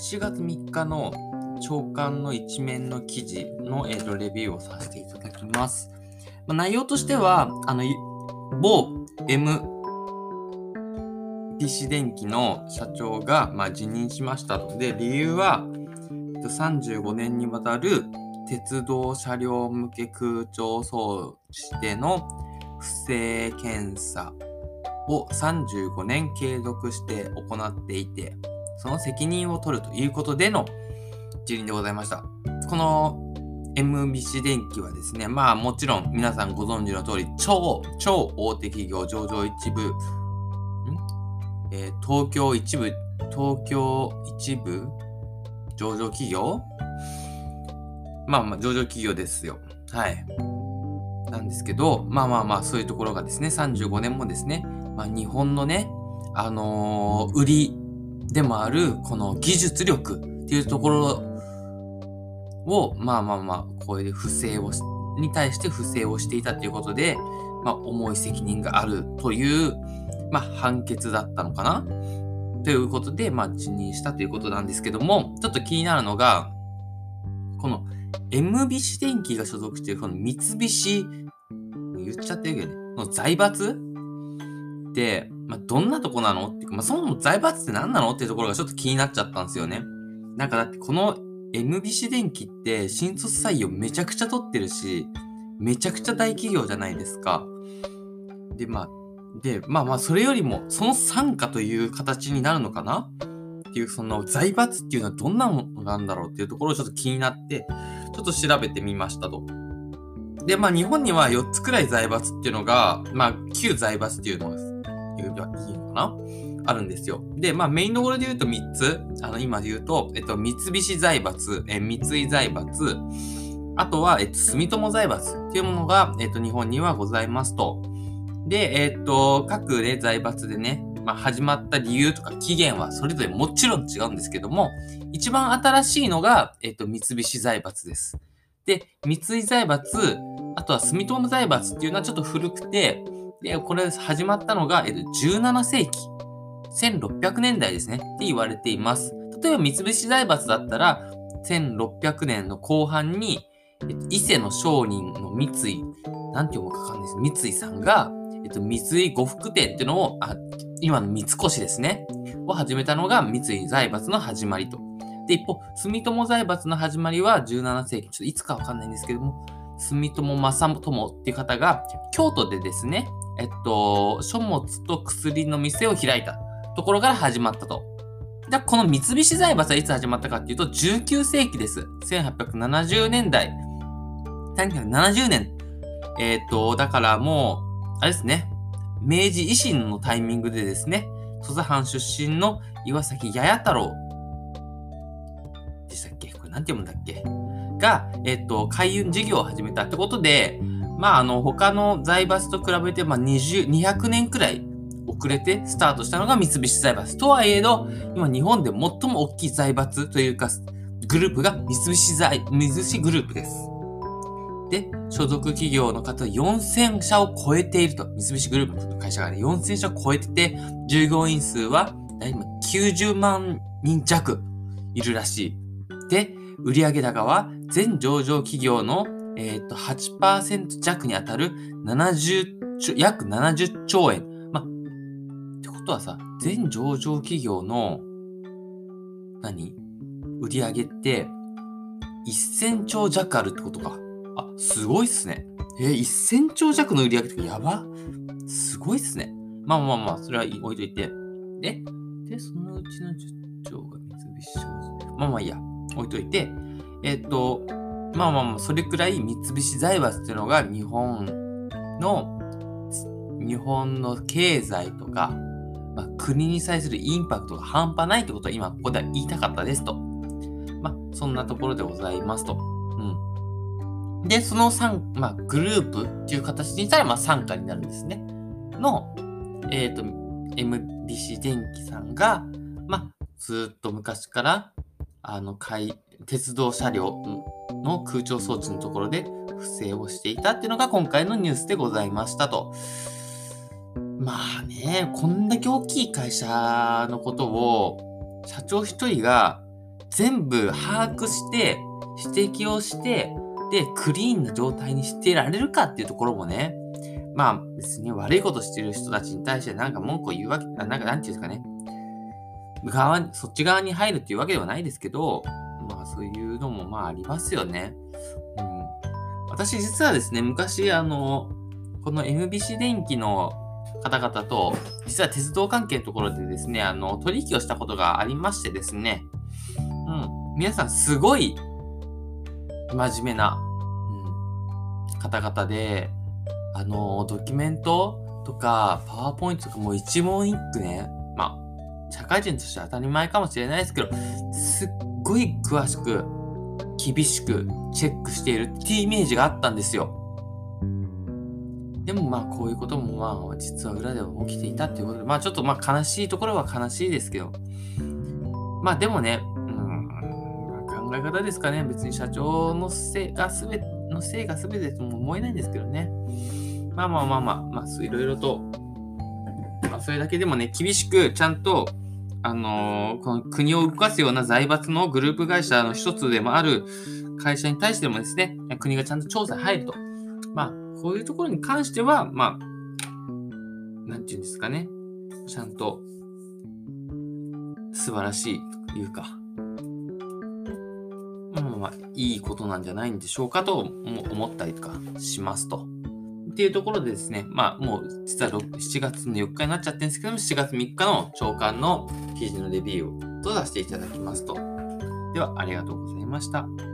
7月3日の朝刊の一面の記事の、レビューをさせていただきます。内容としては、某 MBC 電機の社長が、辞任しましたと。で、理由は、35年にわたる鉄道車両向け空調装置での不正検査を35年継続して行っていて、その責任を取るということでの辞任でございました。この MBC 電機はですね、もちろん皆さんご存知の通り、超大手企業上場一部、東京一部上場企業上場企業ですよ。はい。なんですけど、そういうところがですね、35年もですね、日本のね、売りでもある、この技術力っていうところを、これでに対して不正をしていたということで、重い責任があるという、判決だったのかなということで、辞任したということなんですけども、ちょっと気になるのが、この MBC 電機が所属しているこの三菱、言っちゃってるけどね、この財閥って、どんなとこなのっていうか、そもそも財閥って何なのっていうところがちょっと気になっちゃったんですよね。だってこの MBC 電機って新卒採用めちゃくちゃ取ってるし、めちゃくちゃ大企業じゃないですか。で、それよりもその傘下という形になるのかなっていう、その財閥っていうのはどんなものなんだろうっていうところをちょっと気になって、ちょっと調べてみましたと。で、日本には4つくらい財閥っていうのが、旧財閥っていうのが言えばいいのかなあるんですよ。で、メインどころで言うと3つ、今で言うと、三菱財閥、三井財閥、あとは、住友財閥っていうものが、日本にはございますと。で、各ね、財閥でね、始まった理由とか期限はそれぞれもちろん違うんですけども、一番新しいのが、三菱財閥です。で、三井財閥、あとは住友財閥っていうのはちょっと古くて、で、これ始まったのが、17世紀、1600年代ですね、って言われています。例えば三菱財閥だったら、1600年の後半に、伊勢の商人の三井、なんて読むかわかんないです。三井さんが、三井呉服店っていうのを、今の三越ですね、を始めたのが三井財閥の始まりと。で、一方、住友財閥の始まりは17世紀、ちょっといつかわかんないんですけども、住友正友っていう方が、京都でですね、書物と薬の店を開いたところから始まったと。じゃあ、この三菱財閥はいつ始まったかっていうと、19世紀です。1870年代。1970年。だからもう、あれですね。明治維新のタイミングでですね、土佐藩出身の岩崎弥太郎でしたっけ？これなんて読むんだっけ？が、海運事業を始めたってことで、他の財閥と比べて、200年くらい遅れてスタートしたのが三菱財閥。とはいえど、今日本で最も大きい財閥というか、グループが三菱グループです。で、所属企業の方は4000社を超えていると。三菱グループの会社がね、4000社を超えてて、従業員数は今90万人弱いるらしい。で、売上高は全上場企業の、8% 弱に当たる約70兆円。ってことはさ、全上場企業の、売上って1000兆弱あるってことか。すごいっすね。1000兆弱の売上ってやば？すごいっすね。それは置いといて。で、そのうちの10兆が三菱商事。いいや。置いといて。それくらい三菱財閥っていうのが日本の経済とか、国に対するインパクトが半端ないってことは今ここでは言いたかったですと。そんなところでございますと。で、そのグループっていう形にしたら、傘下になるんですね。の、MBC 電機さんが、ずっと昔から、鉄道車両の空調装置のところで不正をしていたっていうのが今回のニュースでございましたと。こんだけ大きい会社のことを、社長一人が全部把握して、指摘をして、で、クリーンな状態にしてられるかっていうところもね、まあ別に悪いことしてる人たちに対してなんか文句を言うわけ、なんかなんていうんですかね、そっち側に入るっていうわけではないですけど、まあそういうのもまあありますよね。うん。私実はですね、昔この MBC 電機の方々と、実は鉄道関係のところでですね、取引をしたことがありましてですね、うん。皆さんすごい真面目な、方々で、ドキュメントとか、パワーポイントとかもう一問一句ね、まあ、社会人として当たり前かもしれないですけど、すっごい詳しく、厳しくチェックしているっていうイメージがあったんですよ。でもまあ、こういうこともまあ、実は裏では起きていたっていうことで、まあちょっとまあ悲しいところは悲しいですけど、まあでもね、考え方ですかね。別に社長のせいが全てとも思えないんですけどね。まあ、いろいろと、まあ、それだけでもね、厳しくちゃんと、この国を動かすような財閥のグループ会社の一つでもある会社に対してもですね、国がちゃんと調査に入ると。まあ、こういうところに関しては、まあ、なんていうんですかね。ちゃんと素晴らしいというか、いいことなんじゃないんでしょうかと思ったりとかしますと。っていうところでですね、まあもう実は7月の4日になっちゃってるんですけども、7月3日の朝刊の記事のレビューをとさせていただきますと。では、ありがとうございました。